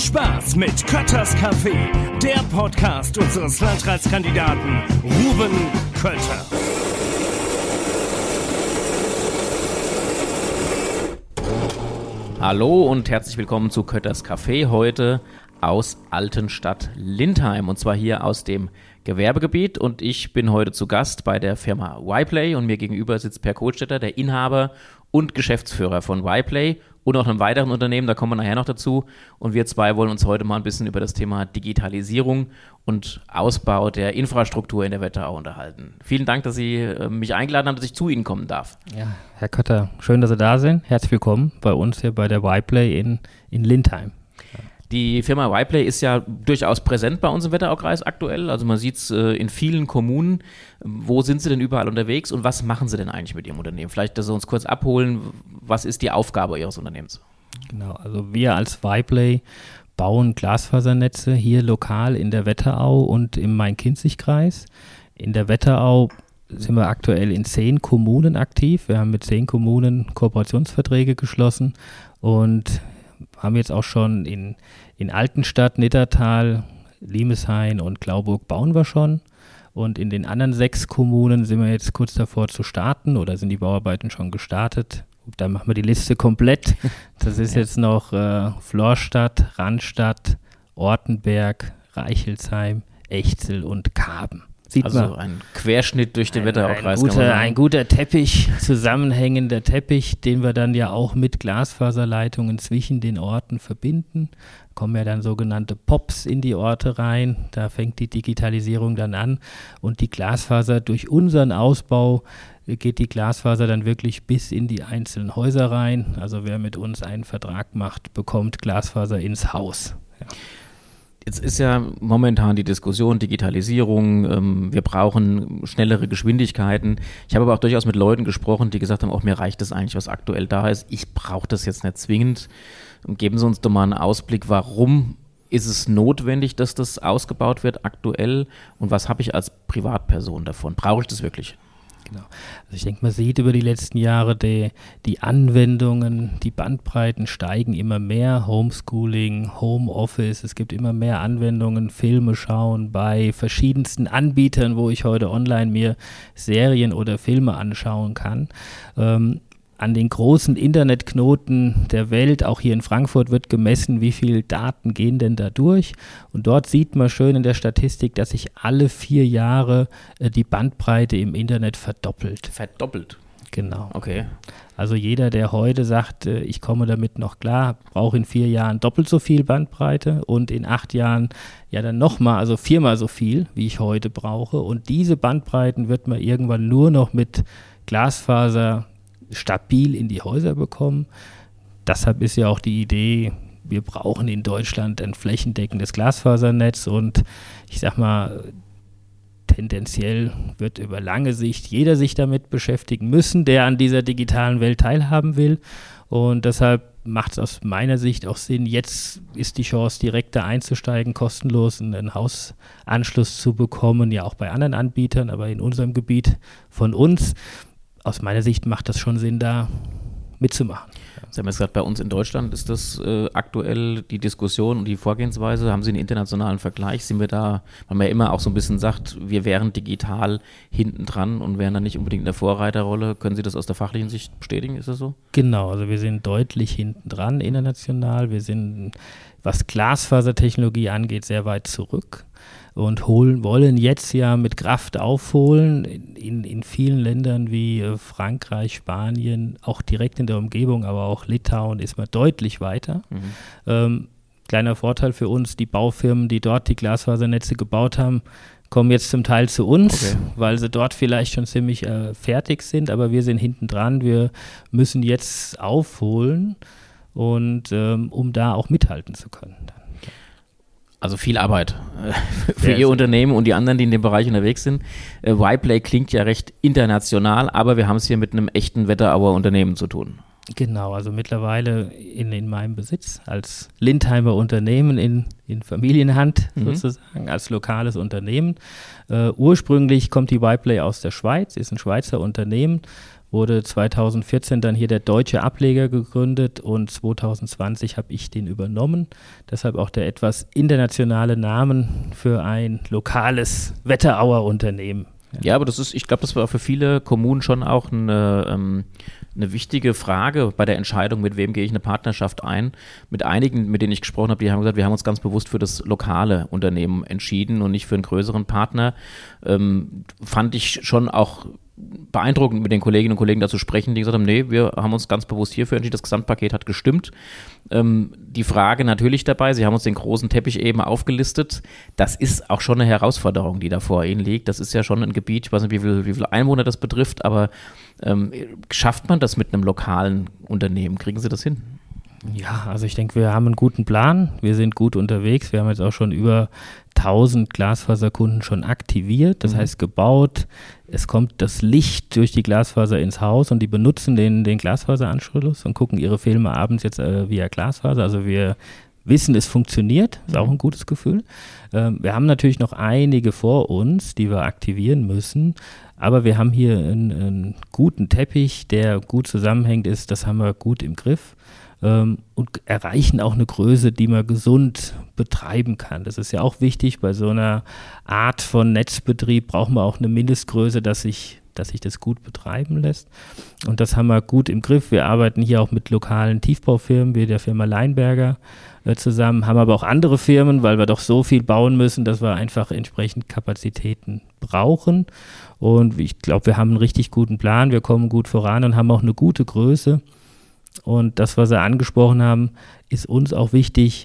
Spaß mit Kötters Café, der Podcast unseres Landratskandidaten Ruben Kötter. Hallo und herzlich willkommen zu Kötters Café, heute aus Altenstadt-Lindheim und zwar hier aus dem Gewerbegebiet, und ich bin heute zu Gast bei der Firma Yplay und mir gegenüber sitzt Per Kohlstetter, der Inhaber und Geschäftsführer von Yplay und auch einem weiteren Unternehmen, da kommen wir nachher noch dazu, und wir zwei wollen uns heute mal ein bisschen über das Thema Digitalisierung und Ausbau der Infrastruktur in der Wetterau unterhalten. Vielen Dank, dass Sie mich eingeladen haben, dass ich zu Ihnen kommen darf. Ja, Herr Kötter, schön, dass Sie da sind. Herzlich willkommen bei uns hier bei der Yplay in Lindheim. Die Firma Yplay ist ja durchaus präsent bei uns im Wetteraukreis aktuell. Also man sieht es in vielen Kommunen. Wo sind Sie denn überall unterwegs und was machen Sie denn eigentlich mit Ihrem Unternehmen? Vielleicht, dass Sie uns kurz abholen, was ist die Aufgabe Ihres Unternehmens? Genau, also wir als Yplay bauen Glasfasernetze hier lokal in der Wetterau und im Main-Kinzig-Kreis. In der Wetterau sind wir aktuell in 10 Kommunen aktiv. Wir haben mit 10 Kommunen Kooperationsverträge geschlossen und haben jetzt auch schon in Altenstadt, Niddertal, Limeshain und Glauburg bauen wir schon. Und in den anderen 6 Kommunen sind wir jetzt kurz davor zu starten oder sind die Bauarbeiten schon gestartet. Da machen wir die Liste komplett. Das ist jetzt noch Florstadt, Randstadt, Ortenberg, Reichelsheim, Echzel und Karben. Sieht also man. Ein Querschnitt durch den Wetteraukreis. Ein guter Teppich, zusammenhängender Teppich, den wir dann ja auch mit Glasfaserleitungen zwischen den Orten verbinden. Kommen ja dann sogenannte POPs in die Orte rein, da fängt die Digitalisierung dann an und die Glasfaser durch unseren Ausbau geht die Glasfaser dann wirklich bis in die einzelnen Häuser rein. Also wer mit uns einen Vertrag macht, bekommt Glasfaser ins Haus. Ja. Jetzt ist ja momentan die Diskussion Digitalisierung, wir brauchen schnellere Geschwindigkeiten. Ich habe aber auch durchaus mit Leuten gesprochen, die gesagt haben, auch mir reicht das eigentlich, was aktuell da ist. Ich brauche das jetzt nicht zwingend. Geben Sie uns doch mal einen Ausblick, warum ist es notwendig, dass das ausgebaut wird aktuell und was habe ich als Privatperson davon? Brauche ich das wirklich? Genau. Also ich denke, man sieht über die letzten Jahre die Anwendungen, die Bandbreiten steigen immer mehr, Homeschooling, Homeoffice, es gibt immer mehr Anwendungen, Filme schauen bei verschiedensten Anbietern, wo ich heute online mir Serien oder Filme anschauen kann. An den großen Internetknoten der Welt, auch hier in Frankfurt, wird gemessen, wie viel Daten gehen denn da durch. Und dort sieht man schön in der Statistik, dass sich alle 4 Jahre die Bandbreite im Internet verdoppelt. Verdoppelt? Genau. Okay. Also jeder, der heute sagt, ich komme damit noch klar, braucht in 4 Jahren doppelt so viel Bandbreite und in 8 Jahren ja dann nochmal, also 4-mal so viel, wie ich heute brauche. Und diese Bandbreiten wird man irgendwann nur noch mit Glasfaser stabil in die Häuser bekommen. Deshalb ist ja auch die Idee, wir brauchen in Deutschland ein flächendeckendes Glasfasernetz und ich sag mal, tendenziell wird über lange Sicht jeder sich damit beschäftigen müssen, der an dieser digitalen Welt teilhaben will, und deshalb macht es aus meiner Sicht auch Sinn, jetzt ist die Chance, direkt da einzusteigen, kostenlos einen Hausanschluss zu bekommen, ja auch bei anderen Anbietern, aber in unserem Gebiet von uns. Aus meiner Sicht macht das schon Sinn, da mitzumachen. Sie haben jetzt gesagt, bei uns in Deutschland ist das aktuell die Diskussion und die Vorgehensweise. Haben Sie einen internationalen Vergleich? Sind wir da, weil man ja immer auch so ein bisschen sagt, wir wären digital hinten dran und wären dann nicht unbedingt in der Vorreiterrolle. Können Sie das aus der fachlichen Sicht bestätigen? Ist das so? Genau, also wir sind deutlich hinten dran international. Wir sind, was Glasfasertechnologie angeht, sehr weit zurück. Und wollen jetzt ja mit Kraft aufholen. In vielen Ländern wie Frankreich, Spanien, auch direkt in der Umgebung, aber auch Litauen ist man deutlich weiter. Kleiner Vorteil für uns, die Baufirmen, die dort die Glasfasernetze gebaut haben, kommen jetzt zum Teil zu uns, weil sie dort vielleicht schon ziemlich fertig sind, aber wir sind hinten dran. Wir müssen jetzt aufholen, und um da auch mithalten zu können. Also viel Arbeit für Ihr Unternehmen und die anderen, die in dem Bereich unterwegs sind. Yplay klingt ja recht international, aber wir haben es hier mit einem echten Wetterauer Unternehmen zu tun. Genau, also mittlerweile in meinem Besitz als Lindheimer Unternehmen in Familienhand sozusagen, als lokales Unternehmen. Ursprünglich kommt die Yplay aus der Schweiz, ist ein Schweizer Unternehmen, wurde 2014 dann hier der deutsche Ableger gegründet und 2020 habe ich den übernommen. Deshalb auch der etwas internationale Namen für ein lokales Wetterauer Unternehmen. Ja, aber ich glaube, das war für viele Kommunen schon auch eine wichtige Frage bei der Entscheidung, mit wem gehe ich eine Partnerschaft ein. Mit einigen, mit denen ich gesprochen habe, die haben gesagt, wir haben uns ganz bewusst für das lokale Unternehmen entschieden und nicht für einen größeren Partner. Fand ich schon auch beeindruckend, mit den Kolleginnen und Kollegen da zu sprechen, die gesagt haben, nee, wir haben uns ganz bewusst hierfür entschieden, das Gesamtpaket hat gestimmt. Die Frage natürlich dabei, Sie haben uns den großen Teppich eben aufgelistet, das ist auch schon eine Herausforderung, die da vor Ihnen liegt. Das ist ja schon ein Gebiet, ich weiß nicht, wie viele Einwohner das betrifft, aber schafft man das mit einem lokalen Unternehmen? Kriegen Sie das hin? Ja, also ich denke, wir haben einen guten Plan, wir sind gut unterwegs, wir haben jetzt auch schon über 1000 Glasfaserkunden schon aktiviert, das heißt gebaut, es kommt das Licht durch die Glasfaser ins Haus und die benutzen den Glasfaseranschluss und gucken ihre Filme abends jetzt via Glasfaser, also wir wissen, es funktioniert, ist auch ein gutes Gefühl. Wir haben natürlich noch einige vor uns, die wir aktivieren müssen, aber wir haben hier einen guten Teppich, der gut zusammenhängt ist, das haben wir gut im Griff. Und erreichen auch eine Größe, die man gesund betreiben kann. Das ist ja auch wichtig, bei so einer Art von Netzbetrieb braucht man auch eine Mindestgröße, dass sich das gut betreiben lässt. Und das haben wir gut im Griff. Wir arbeiten hier auch mit lokalen Tiefbaufirmen, wie der Firma Leinberger zusammen, haben aber auch andere Firmen, weil wir doch so viel bauen müssen, dass wir einfach entsprechend Kapazitäten brauchen. Und ich glaube, wir haben einen richtig guten Plan, wir kommen gut voran und haben auch eine gute Größe. Und das, was Sie angesprochen haben, ist uns auch wichtig,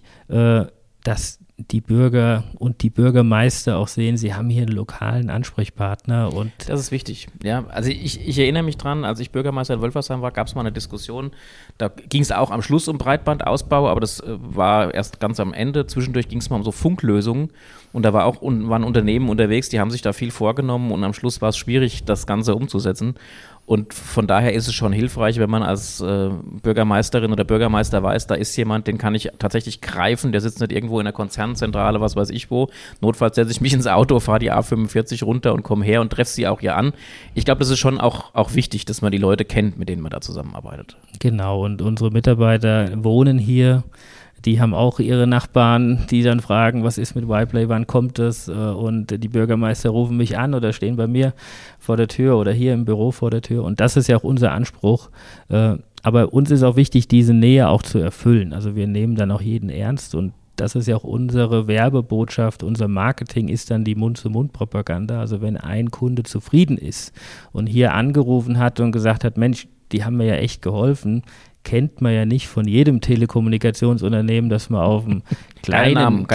dass die Bürger und die Bürgermeister auch sehen, sie haben hier einen lokalen Ansprechpartner. Und das ist wichtig, ja. Also ich erinnere mich dran, als ich Bürgermeister in Wölfersheim war, gab es mal eine Diskussion, da ging es auch am Schluss um Breitbandausbau, aber das war erst ganz am Ende. Zwischendurch ging es mal um so Funklösungen und da waren Unternehmen unterwegs, die haben sich da viel vorgenommen und am Schluss war es schwierig, das Ganze umzusetzen. Und von daher ist es schon hilfreich, wenn man als Bürgermeisterin oder Bürgermeister weiß, da ist jemand, den kann ich tatsächlich greifen, der sitzt nicht irgendwo in der Konzernzentrale, was weiß ich wo. Notfalls setze ich mich ins Auto, fahre die A45 runter und komme her und treffe sie auch hier an. Ich glaube, das ist schon auch wichtig, dass man die Leute kennt, mit denen man da zusammenarbeitet. Genau, und unsere Mitarbeiter wohnen hier. Die haben auch ihre Nachbarn, die dann fragen, was ist mit Yplay, wann kommt das? Und die Bürgermeister rufen mich an oder stehen bei mir vor der Tür oder hier im Büro vor der Tür. Und das ist ja auch unser Anspruch. Aber uns ist auch wichtig, diese Nähe auch zu erfüllen. Also wir nehmen dann auch jeden ernst und das ist ja auch unsere Werbebotschaft, unser Marketing ist dann die Mund-zu-Mund-Propaganda. Also wenn ein Kunde zufrieden ist und hier angerufen hat und gesagt hat, Mensch, die haben mir ja echt geholfen, kennt man ja nicht von jedem Telekommunikationsunternehmen, dass man auf einem kleinen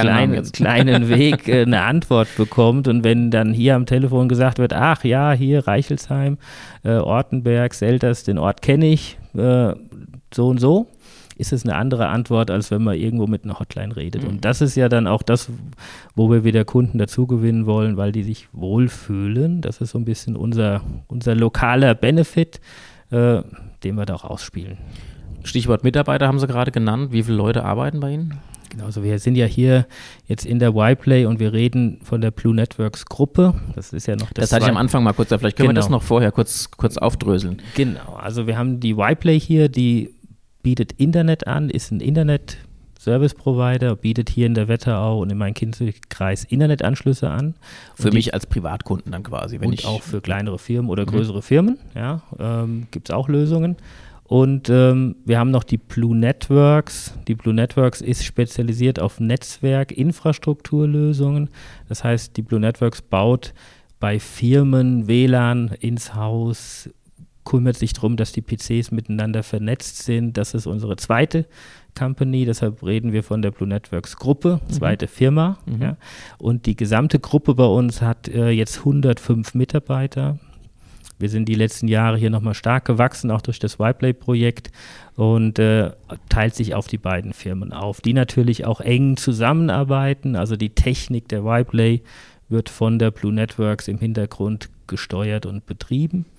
Weg eine Antwort bekommt. Und wenn dann hier am Telefon gesagt wird, ach ja, hier Reichelsheim, Ortenberg, Selters, den Ort kenne ich, so und so, ist es eine andere Antwort, als wenn man irgendwo mit einer Hotline redet. Und das ist ja dann auch das, wo wir wieder Kunden dazugewinnen wollen, weil die sich wohlfühlen. Das ist so ein bisschen unser lokaler Benefit, den wir da auch ausspielen. Stichwort Mitarbeiter haben Sie gerade genannt. Wie viele Leute arbeiten bei Ihnen? Genau, also wir sind ja hier jetzt in der Yplay und wir reden von der Blue Networks Gruppe. Das ist ja noch das hatte ich am Anfang mal kurz, vielleicht können wir das noch vorher kurz aufdröseln. Genau, also wir haben die Yplay hier, die bietet Internet an, ist ein Internet-Service-Provider, bietet hier in der Wetterau und im Main-Kinzig-Kreis Internetanschlüsse an. Für mich als Privatkunden dann quasi. Und auch für kleinere Firmen oder größere Firmen, ja, gibt es auch Lösungen. Und wir haben noch die Blue Networks. Die Blue Networks ist spezialisiert auf Netzwerk-Infrastrukturlösungen. Das heißt, die Blue Networks baut bei Firmen WLAN ins Haus, kümmert sich darum, dass die PCs miteinander vernetzt sind. Das ist unsere zweite Company, deshalb reden wir von der Blue Networks Gruppe, zweite Firma. Ja. Und die gesamte Gruppe bei uns hat jetzt 105 Mitarbeiter. Wir sind die letzten Jahre hier nochmal stark gewachsen, auch durch das Yplay-Projekt und teilt sich auf die beiden Firmen auf, die natürlich auch eng zusammenarbeiten. Also die Technik der Yplay wird von der Blue Networks im Hintergrund gesteuert und betrieben.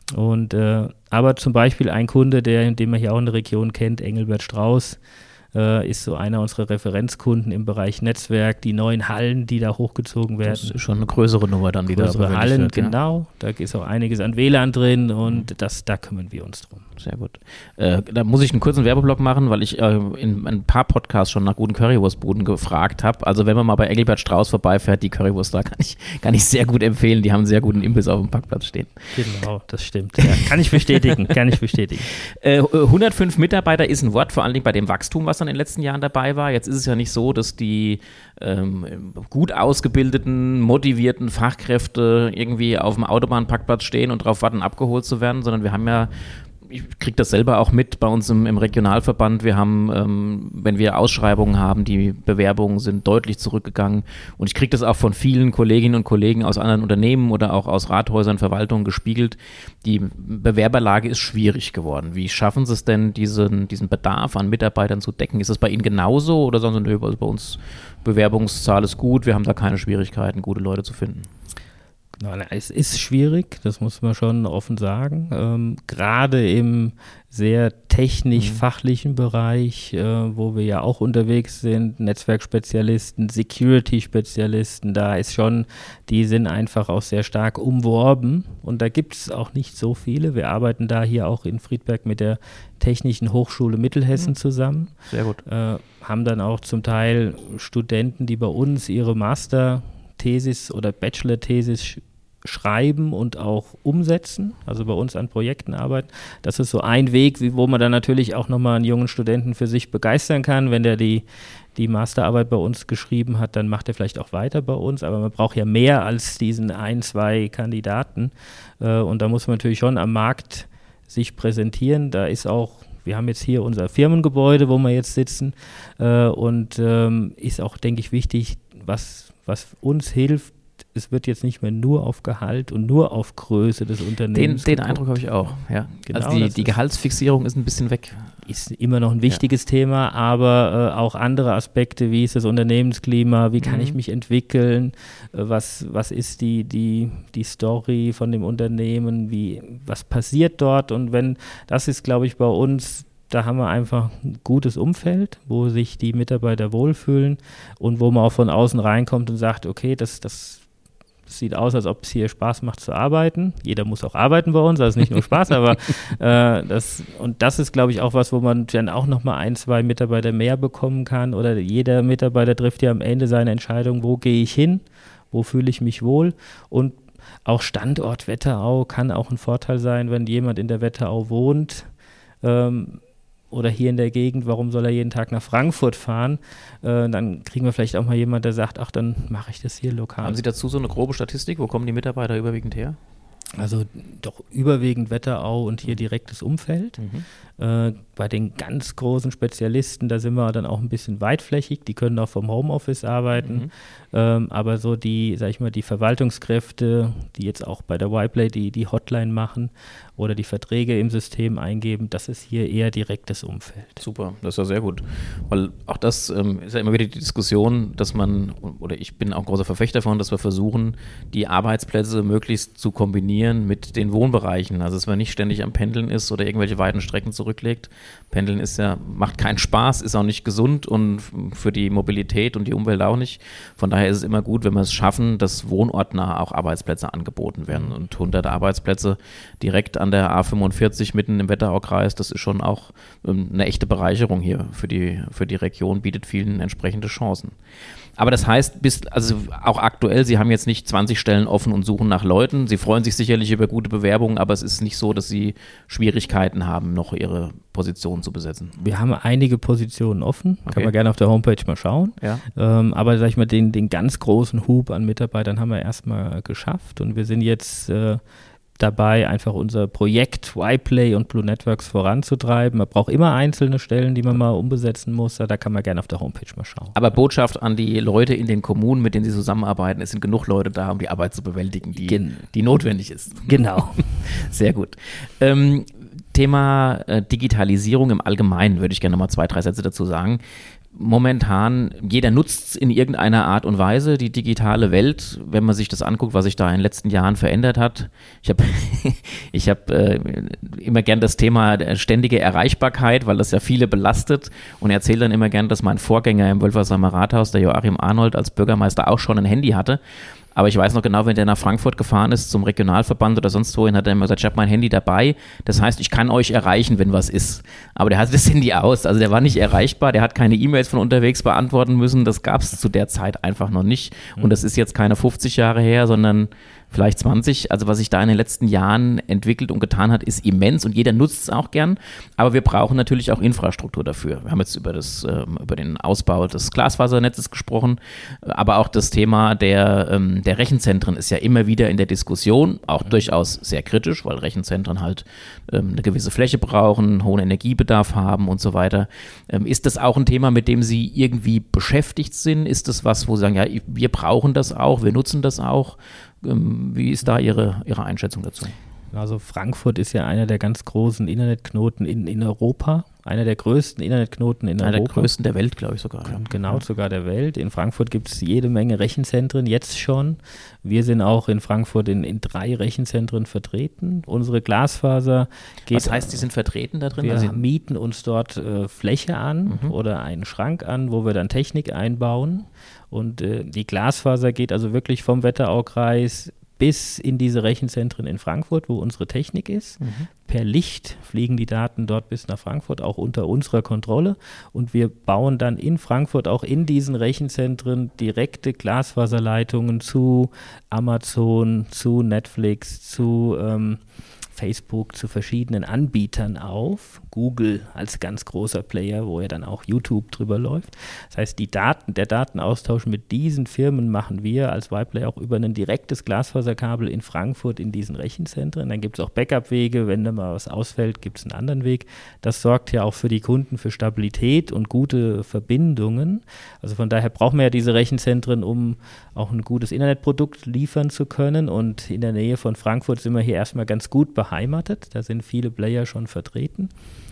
Und aber zum Beispiel ein Kunde, den man hier auch in der Region kennt, Engelbert Strauß, ist so einer unserer Referenzkunden im Bereich Netzwerk, die neuen Hallen, die da hochgezogen werden. Das ist schon eine größere Nummer dann, die da bewältigt Hallen, wird. Genau, da ist auch einiges an WLAN drin und da kümmern wir uns drum. Sehr gut. Da muss ich einen kurzen Werbeblock machen, weil ich in ein paar Podcasts schon nach guten Currywurstbuden gefragt habe. Also wenn man mal bei Engelbert Strauß vorbeifährt, die Currywurst da kann ich sehr gut empfehlen. Die haben einen sehr guten Imbiss auf dem Parkplatz stehen. Genau, das stimmt. Ja, kann ich bestätigen, 105 Mitarbeiter ist ein Wort, vor allen Dingen bei dem Wachstum, was dann in den letzten Jahren dabei war. Jetzt ist es ja nicht so, dass die gut ausgebildeten, motivierten Fachkräfte irgendwie auf dem Autobahnparkplatz stehen und darauf warten, abgeholt zu werden, sondern wir haben ja, ich kriege das selber auch mit bei uns im Regionalverband. Wir haben, wenn wir Ausschreibungen haben, die Bewerbungen sind deutlich zurückgegangen. Und ich kriege das auch von vielen Kolleginnen und Kollegen aus anderen Unternehmen oder auch aus Rathäusern, Verwaltungen gespiegelt. Die Bewerberlage ist schwierig geworden. Wie schaffen Sie es denn, diesen Bedarf an Mitarbeitern zu decken? Ist das bei Ihnen genauso oder sagen Sie, nö, bei uns Bewerbungszahl ist gut, wir haben da keine Schwierigkeiten, gute Leute zu finden? Es ist schwierig, das muss man schon offen sagen. Gerade im sehr technisch-fachlichen Bereich, wo wir ja auch unterwegs sind, Netzwerkspezialisten, Security-Spezialisten, die sind einfach auch sehr stark umworben und da gibt es auch nicht so viele. Wir arbeiten da hier auch in Friedberg mit der Technischen Hochschule Mittelhessen zusammen. Sehr gut. Haben dann auch zum Teil Studenten, die bei uns ihre Master-Thesis oder Bachelor-Thesis schreiben und auch umsetzen, also bei uns an Projekten arbeiten. Das ist so ein Weg, wo man dann natürlich auch nochmal einen jungen Studenten für sich begeistern kann. Wenn der die Masterarbeit bei uns geschrieben hat, dann macht er vielleicht auch weiter bei uns, aber man braucht ja mehr als diesen 1, 2 Kandidaten und da muss man natürlich schon am Markt sich präsentieren. Da ist auch, wir haben jetzt hier unser Firmengebäude, wo wir jetzt sitzen und ist auch, denke ich, wichtig, was uns hilft. Es wird jetzt nicht mehr nur auf Gehalt und nur auf Größe des Unternehmens. Den Eindruck habe ich auch, ja. Genau, also die Gehaltsfixierung ist ein bisschen weg. Ist immer noch ein wichtiges Thema, aber auch andere Aspekte, wie ist das Unternehmensklima, wie kann ich mich entwickeln, was ist die Story von dem Unternehmen, was passiert dort und das ist, glaube ich, bei uns, da haben wir einfach ein gutes Umfeld, wo sich die Mitarbeiter wohlfühlen und wo man auch von außen reinkommt und sagt, okay, das sieht aus, als ob es hier Spaß macht zu arbeiten. Jeder muss auch arbeiten bei uns, also nicht nur Spaß, aber das ist, glaube ich, auch was, wo man dann auch nochmal 1, 2 Mitarbeiter mehr bekommen kann oder jeder Mitarbeiter trifft ja am Ende seine Entscheidung, wo gehe ich hin, wo fühle ich mich wohl und auch Standort Wetterau kann auch ein Vorteil sein, wenn jemand in der Wetterau wohnt, oder hier in der Gegend, warum soll er jeden Tag nach Frankfurt fahren? Dann kriegen wir vielleicht auch mal jemanden, der sagt, ach, dann mache ich das hier lokal. Haben Sie dazu so eine grobe Statistik? Wo kommen die Mitarbeiter überwiegend her? Also doch überwiegend Wetterau und hier direktes Umfeld. Bei den ganz großen Spezialisten, da sind wir dann auch ein bisschen weitflächig, die können auch vom Homeoffice arbeiten, aber so die Verwaltungskräfte, die jetzt auch bei der Yplay die Hotline machen oder die Verträge im System eingeben, das ist hier eher direktes Umfeld. Super, das ist ja sehr gut, weil auch das ist ja immer wieder die Diskussion, dass ich bin auch großer Verfechter davon, dass wir versuchen, die Arbeitsplätze möglichst zu kombinieren mit den Wohnbereichen, also dass man nicht ständig am Pendeln ist oder irgendwelche weiten Strecken zurücklegt. Pendeln macht keinen Spaß, ist auch nicht gesund und für die Mobilität und die Umwelt auch nicht. Von daher ist es immer gut, wenn wir es schaffen, dass wohnortnah auch Arbeitsplätze angeboten werden. Und 100 Arbeitsplätze direkt an der A45 mitten im Wetteraukreis, das ist schon auch eine echte Bereicherung hier für die Region, bietet vielen entsprechende Chancen. Aber das heißt, auch aktuell, Sie haben jetzt nicht 20 Stellen offen und suchen nach Leuten. Sie freuen sich sicherlich über gute Bewerbungen, aber es ist nicht so, dass Sie Schwierigkeiten haben, noch Ihre Position zu besetzen. Wir haben einige Positionen offen, kann man gerne auf der Homepage mal schauen. Ja. Aber sag ich mal, den ganz großen Hub an Mitarbeitern haben wir erstmal geschafft und wir sind jetzt dabei, einfach unser Projekt Yplay und Blue Networks voranzutreiben. Man braucht immer einzelne Stellen, die man mal umbesetzen muss. Da kann man gerne auf der Homepage mal schauen. Aber Botschaft an die Leute in den Kommunen, mit denen Sie zusammenarbeiten, es sind genug Leute da, um die Arbeit zu bewältigen, die notwendig ist. Genau. Sehr gut. Thema Digitalisierung im Allgemeinen würde ich gerne mal 2, 3 Sätze dazu sagen. momentan, jeder nutzt es in irgendeiner Art und Weise, die digitale Welt, wenn man sich das anguckt, was sich da in den letzten Jahren verändert hat. Ich hab immer gern das Thema der ständige Erreichbarkeit, weil das ja viele belastet, und erzähle dann immer gern, dass mein Vorgänger im Wölfersheimer Rathaus, der Joachim Arnold, als Bürgermeister auch schon ein Handy hatte. Aber ich weiß noch genau, wenn der nach Frankfurt gefahren ist, zum Regionalverband oder sonst wohin, hat er immer gesagt, ich habe mein Handy dabei. Das heißt, ich kann euch erreichen, wenn was ist. Aber der hatte das Handy aus. Also der war nicht erreichbar, der hat keine E-Mails von unterwegs beantworten müssen. Das gab es zu der Zeit einfach noch nicht. Und das ist jetzt keine 50 Jahre her, sondern vielleicht 20. Also was sich da in den letzten Jahren entwickelt und getan hat, ist immens, und jeder nutzt es auch gern. Aber wir brauchen natürlich auch Infrastruktur dafür. Wir haben jetzt über den Ausbau des Glasfasernetzes gesprochen, aber auch das Thema der Rechenzentren ist ja immer wieder in der Diskussion, auch durchaus sehr kritisch, weil Rechenzentren halt eine gewisse Fläche brauchen, hohen Energiebedarf haben und so weiter. Ist das auch ein Thema, mit dem Sie irgendwie beschäftigt sind? Ist das was, wo Sie sagen, ja, wir brauchen das auch, wir nutzen das auch? Wie ist da Ihre Einschätzung dazu? Also Frankfurt ist ja einer der ganz großen Internetknoten in Europa, einer der größten Internetknoten in Europa. Einer der größten der Welt, glaube ich sogar. Genau, sogar der Welt. In Frankfurt gibt es jede Menge Rechenzentren, jetzt schon. Wir sind auch in Frankfurt in 3 Rechenzentren vertreten. Unsere Glasfaser geht... Was heißt, die sind vertreten da drin? Wir mieten uns dort Fläche an oder einen Schrank an, wo wir dann Technik einbauen. Und die Glasfaser geht also wirklich vom Wetteraukreis bis in diese Rechenzentren in Frankfurt, wo unsere Technik ist. Per Licht fliegen die Daten dort bis nach Frankfurt, auch unter unserer Kontrolle. Und wir bauen dann in Frankfurt auch in diesen Rechenzentren direkte Glasfaserleitungen zu Amazon, zu Netflix, zu Facebook, zu verschiedenen Anbietern auf. Google als ganz großer Player, wo ja dann auch YouTube drüber läuft. Das heißt, der Datenaustausch mit diesen Firmen machen wir als Y-Play auch über ein direktes Glasfaserkabel in Frankfurt in diesen Rechenzentren. Dann gibt es auch Backup-Wege, wenn da mal was ausfällt, gibt es einen anderen Weg. Das sorgt ja auch für die Kunden für Stabilität und gute Verbindungen. Also von daher brauchen wir ja diese Rechenzentren, um auch ein gutes Internetprodukt liefern zu können. Und in der Nähe von Frankfurt sind wir hier erstmal ganz gut beheimatet. Da sind viele Player schon vertreten.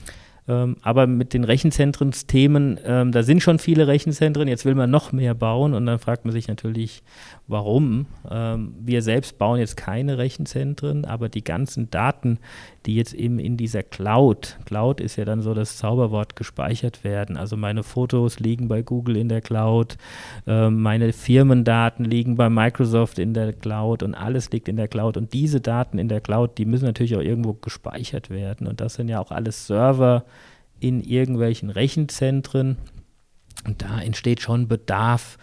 Aber mit den Rechenzentren-Themen, da sind schon viele Rechenzentren, jetzt will man noch mehr bauen, und dann fragt man sich natürlich, warum. Wir selbst bauen jetzt keine Rechenzentren, aber die ganzen Daten, die jetzt eben in dieser Cloud ist ja dann so das Zauberwort, gespeichert werden. Also meine Fotos liegen bei Google in der Cloud, meine Firmendaten liegen bei Microsoft in der Cloud, und alles liegt in der Cloud. Und diese Daten in der Cloud, die müssen natürlich auch irgendwo gespeichert werden. Und das sind ja auch alles Server in irgendwelchen Rechenzentren. Und da entsteht schon Bedarf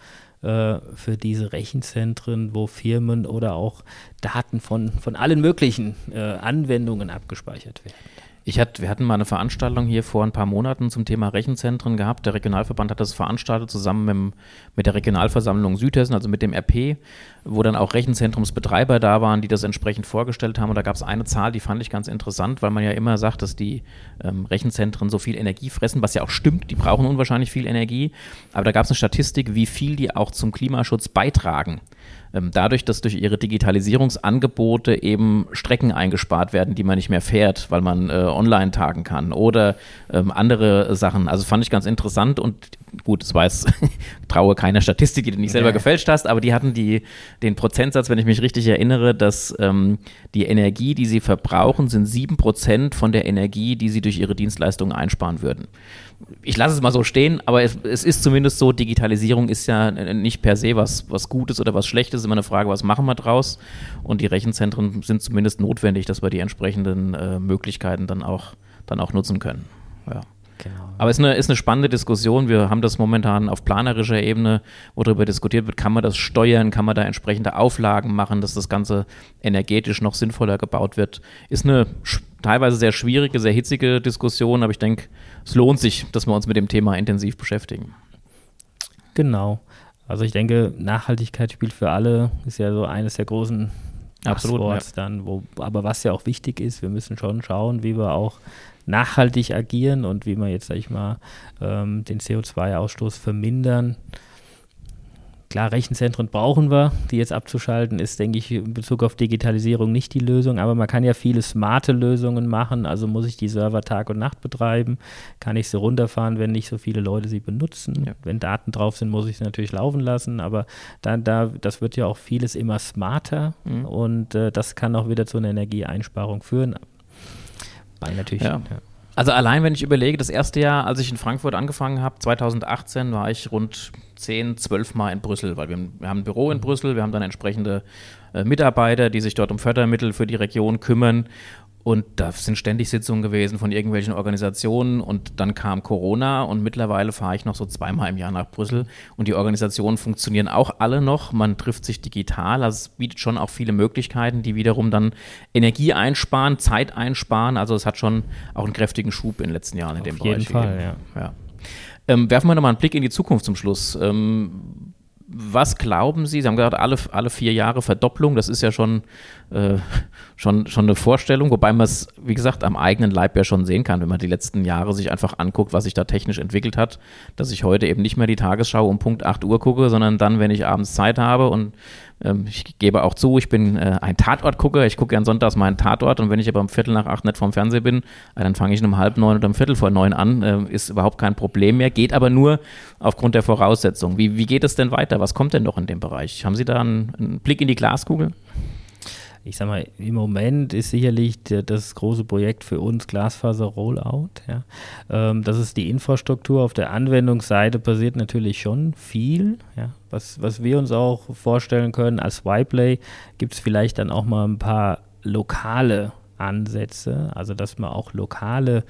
für diese Rechenzentren, wo Firmen oder auch Daten von allen möglichen Anwendungen abgespeichert werden. Wir hatten mal eine Veranstaltung hier vor ein paar Monaten zum Thema Rechenzentren gehabt. Der Regionalverband hat das veranstaltet zusammen mit der Regionalversammlung Südhessen, also mit dem RP, wo dann auch Rechenzentrumsbetreiber da waren, die das entsprechend vorgestellt haben. Und da gab es eine Zahl, die fand ich ganz interessant, weil man ja immer sagt, dass die Rechenzentren so viel Energie fressen, was ja auch stimmt, die brauchen unwahrscheinlich viel Energie. Aber da gab es eine Statistik, wie viel die auch zum Klimaschutz beitragen. Dadurch, dass durch ihre Digitalisierungsangebote eben Strecken eingespart werden, die man nicht mehr fährt, weil man online tagen kann, oder andere Sachen. Also fand ich ganz interessant, und gut, das weiß, traue keiner Statistik, die du nicht selber gefälscht hast, aber die hatten den Prozentsatz, wenn ich mich richtig erinnere, dass die Energie, die sie verbrauchen, sind 7% von der Energie, die sie durch ihre Dienstleistungen einsparen würden. Ich lasse es mal so stehen, aber es ist zumindest so, Digitalisierung ist ja nicht per se was Gutes oder was Schlechtes, ist immer eine Frage, was machen wir draus, und die Rechenzentren sind zumindest notwendig, dass wir die entsprechenden Möglichkeiten dann auch nutzen können. Ja. Genau. Aber es ist eine spannende Diskussion. Wir haben das momentan auf planerischer Ebene, wo darüber diskutiert wird, kann man das steuern, kann man da entsprechende Auflagen machen, dass das Ganze energetisch noch sinnvoller gebaut wird. Ist eine teilweise sehr schwierige, sehr hitzige Diskussion, aber ich denke, es lohnt sich, dass wir uns mit dem Thema intensiv beschäftigen. Genau. Also ich denke, Nachhaltigkeit spielt für alle, ist ja so eines der großen Buzzwords dann, aber was ja auch wichtig ist, wir müssen schon schauen, wie wir auch nachhaltig agieren und wie wir jetzt, sag ich mal, den CO2-Ausstoß vermindern. Klar, Rechenzentren brauchen wir, die jetzt abzuschalten ist, denke ich, in Bezug auf Digitalisierung nicht die Lösung, aber man kann ja viele smarte Lösungen machen, also muss ich die Server Tag und Nacht betreiben, kann ich sie runterfahren, wenn nicht so viele Leute sie benutzen, wenn Daten drauf sind, muss ich sie natürlich laufen lassen, aber das wird ja auch vieles immer smarter und das kann auch wieder zu einer Energieeinsparung führen. Also allein, wenn ich überlege, das erste Jahr, als ich in Frankfurt angefangen habe, 2018, war ich rund 10, 12 Mal in Brüssel, weil wir haben ein Büro in Brüssel, wir haben dann entsprechende Mitarbeiter, die sich dort um Fördermittel für die Region kümmern. Und da sind ständig Sitzungen gewesen von irgendwelchen Organisationen und dann kam Corona und mittlerweile fahre ich noch so 2-mal im Jahr nach Brüssel und die Organisationen funktionieren auch alle noch, man trifft sich digital, also es bietet schon auch viele Möglichkeiten, die wiederum dann Energie einsparen, Zeit einsparen, also es hat schon auch einen kräftigen Schub in den letzten Jahren in dem Bereich. Auf jeden Fall, ja. Werfen wir nochmal einen Blick in die Zukunft zum Schluss. Was glauben Sie? Sie haben gesagt, alle 4 Jahre Verdopplung, das ist ja schon eine Vorstellung, wobei man es, wie gesagt, am eigenen Leib ja schon sehen kann, wenn man die letzten Jahre sich einfach anguckt, was sich da technisch entwickelt hat, dass ich heute eben nicht mehr die Tagesschau um Punkt 8 Uhr gucke, sondern dann, wenn ich abends Zeit habe und ich gebe auch zu, ich bin ein Tatortgucker, ich gucke gern sonntags meinen Tatort und wenn ich aber um 7:45 nicht vorm Fernseher bin, dann fange ich um 8:30 oder um 8:45 an, ist überhaupt kein Problem mehr, geht aber nur aufgrund der Voraussetzungen. Wie geht es denn weiter? Was kommt denn noch in dem Bereich? Haben Sie da einen Blick in die Glaskugel? Ich sag mal, im Moment ist sicherlich das große Projekt für uns Glasfaser-Rollout. Ja. Das ist die Infrastruktur. Auf der Anwendungsseite passiert natürlich schon viel. Ja. Was wir uns auch vorstellen können, als Y-Play gibt es vielleicht dann auch mal ein paar lokale Ansätze, also dass man auch lokale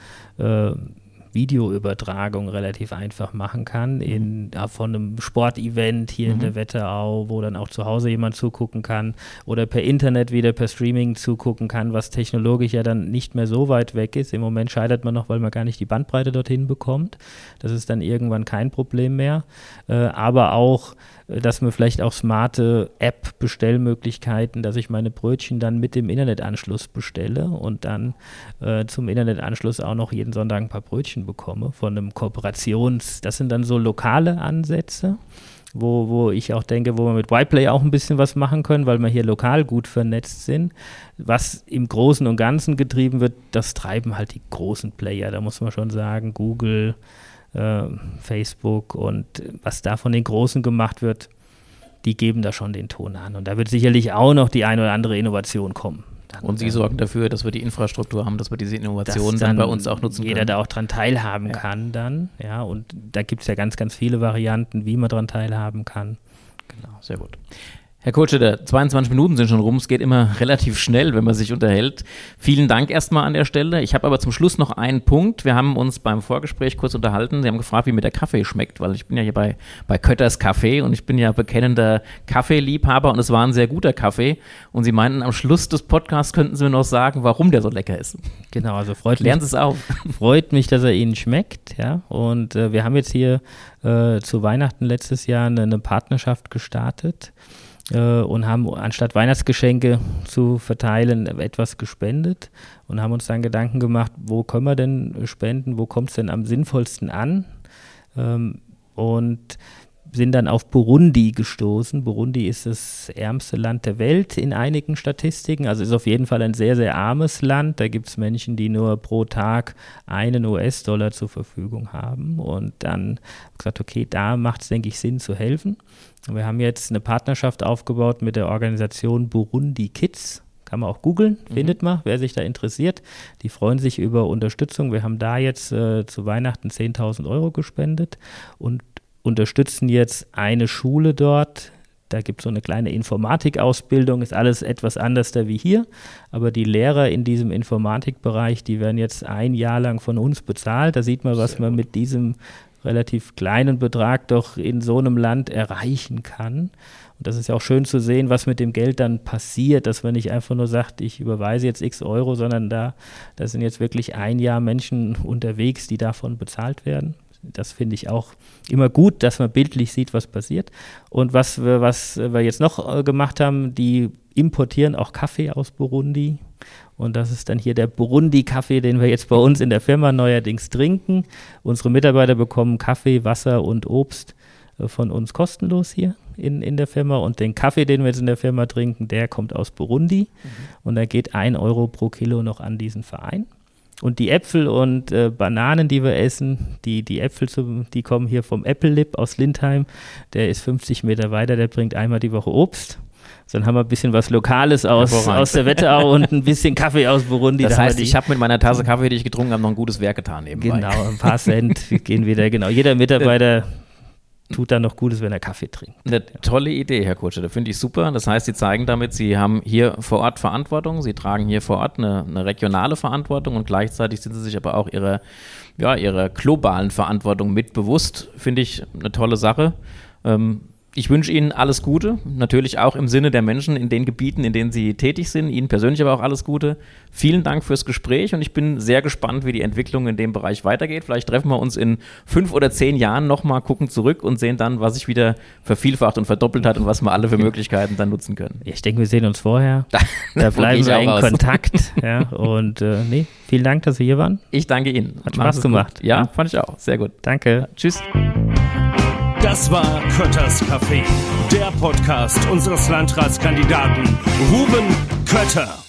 Videoübertragung relativ einfach machen kann von einem Sportevent hier in der Wetterau, wo dann auch zu Hause jemand zugucken kann oder per Internet wieder per Streaming zugucken kann, was technologisch ja dann nicht mehr so weit weg ist. Im Moment scheitert man noch, weil man gar nicht die Bandbreite dorthin bekommt. Das ist dann irgendwann kein Problem mehr. Aber auch, dass man vielleicht auch smarte App-Bestellmöglichkeiten, dass ich meine Brötchen dann mit dem Internetanschluss bestelle und dann zum Internetanschluss auch noch jeden Sonntag ein paar Brötchen bekomme von einem das sind dann so lokale Ansätze, wo ich auch denke, wo wir mit Y-Play auch ein bisschen was machen können, weil wir hier lokal gut vernetzt sind. Was im Großen und Ganzen getrieben wird, das treiben halt die großen Player, da muss man schon sagen, Google, Facebook und was da von den Großen gemacht wird, die geben da schon den Ton an. Und da wird sicherlich auch noch die eine oder andere Innovation kommen. Und Sie sorgen dafür, dass wir die Infrastruktur haben, dass wir diese Innovationen dann bei uns auch nutzen können. Jeder da auch dran teilhaben kann dann. Ja, und da gibt es ja ganz, ganz viele Varianten, wie man dran teilhaben kann. Genau, sehr gut. Herr Kohlstetter, 22 Minuten sind schon rum. Es geht immer relativ schnell, wenn man sich unterhält. Vielen Dank erstmal an der Stelle. Ich habe aber zum Schluss noch einen Punkt. Wir haben uns beim Vorgespräch kurz unterhalten. Sie haben gefragt, wie mir der Kaffee schmeckt, weil ich bin ja hier bei Kötters Kaffee und ich bin ja bekennender Kaffeeliebhaber und es war ein sehr guter Kaffee. Und Sie meinten, am Schluss des Podcasts könnten Sie mir noch sagen, warum der so lecker ist. Genau, also klären Sie es auf. Freut mich, dass er Ihnen schmeckt. Ja. Und wir haben jetzt hier zu Weihnachten letztes Jahr eine Partnerschaft gestartet. Und haben anstatt Weihnachtsgeschenke zu verteilen etwas gespendet und haben uns dann Gedanken gemacht, wo können wir denn spenden, wo kommt es denn am sinnvollsten an und sind dann auf Burundi gestoßen. Burundi ist das ärmste Land der Welt in einigen Statistiken, also ist auf jeden Fall ein sehr, sehr armes Land. Da gibt es Menschen, die nur pro Tag $1 US zur Verfügung haben und dann gesagt, okay, da macht es, denke ich, Sinn zu helfen. Wir haben jetzt eine Partnerschaft aufgebaut mit der Organisation Burundi Kids. Kann man auch googeln, findet man, wer sich da interessiert. Die freuen sich über Unterstützung. Wir haben da jetzt zu Weihnachten 10.000 € gespendet und unterstützen jetzt eine Schule dort. Da gibt es so eine kleine Informatikausbildung, ist alles etwas anders da wie hier. Aber die Lehrer in diesem Informatikbereich, die werden jetzt 1 Jahr lang von uns bezahlt. Da sieht man, was man mit diesem relativ kleinen Betrag doch in so einem Land erreichen kann. Und das ist ja auch schön zu sehen, was mit dem Geld dann passiert, dass man nicht einfach nur sagt, ich überweise jetzt x Euro, sondern da sind jetzt wirklich 1 Jahr Menschen unterwegs, die davon bezahlt werden. Das finde ich auch immer gut, dass man bildlich sieht, was passiert. Und was wir jetzt noch gemacht haben, die importieren auch Kaffee aus Burundi. Und das ist dann hier der Burundi-Kaffee, den wir jetzt bei uns in der Firma neuerdings trinken. Unsere Mitarbeiter bekommen Kaffee, Wasser und Obst von uns kostenlos hier. in der Firma und den Kaffee, den wir jetzt in der Firma trinken, der kommt aus Burundi und da geht 1 Euro pro Kilo noch an diesen Verein. Und die Äpfel und Bananen, die wir essen, die Äpfel, die kommen hier vom Apple Lip aus Lindheim, der ist 50 Meter weiter, der bringt einmal die Woche Obst. So, dann haben wir ein bisschen was Lokales aus der Wetterau und ein bisschen Kaffee aus Burundi. Das heißt, ich habe mit meiner Tasse Kaffee, die ich getrunken habe, noch ein gutes Werk getan nebenbei. Genau, ein paar Cent gehen wieder, genau. Jeder Mitarbeiter tut dann noch Gutes, wenn er Kaffee trinkt. Eine tolle Idee, Herr Kutscher, das finde ich super. Das heißt, Sie zeigen damit, Sie haben hier vor Ort Verantwortung, Sie tragen hier vor Ort eine regionale Verantwortung und gleichzeitig sind Sie sich aber auch ihrer globalen Verantwortung mit bewusst. Finde ich eine tolle Sache. Ich wünsche Ihnen alles Gute, natürlich auch im Sinne der Menschen in den Gebieten, in denen Sie tätig sind. Ihnen persönlich aber auch alles Gute. Vielen Dank fürs Gespräch und ich bin sehr gespannt, wie die Entwicklung in dem Bereich weitergeht. Vielleicht treffen wir uns in 5 oder 10 Jahren nochmal, gucken zurück und sehen dann, was sich wieder vervielfacht und verdoppelt hat und was wir alle für Möglichkeiten dann nutzen können. Ich denke, wir sehen uns vorher. Da bleiben wir in Kontakt. Ja, und vielen Dank, dass Sie hier waren. Ich danke Ihnen. Hat Spaß gemacht. Ja, fand ich auch. Sehr gut. Danke. Ja, tschüss. Das war Kötters Café, der Podcast unseres Landratskandidaten Ruben Kötter.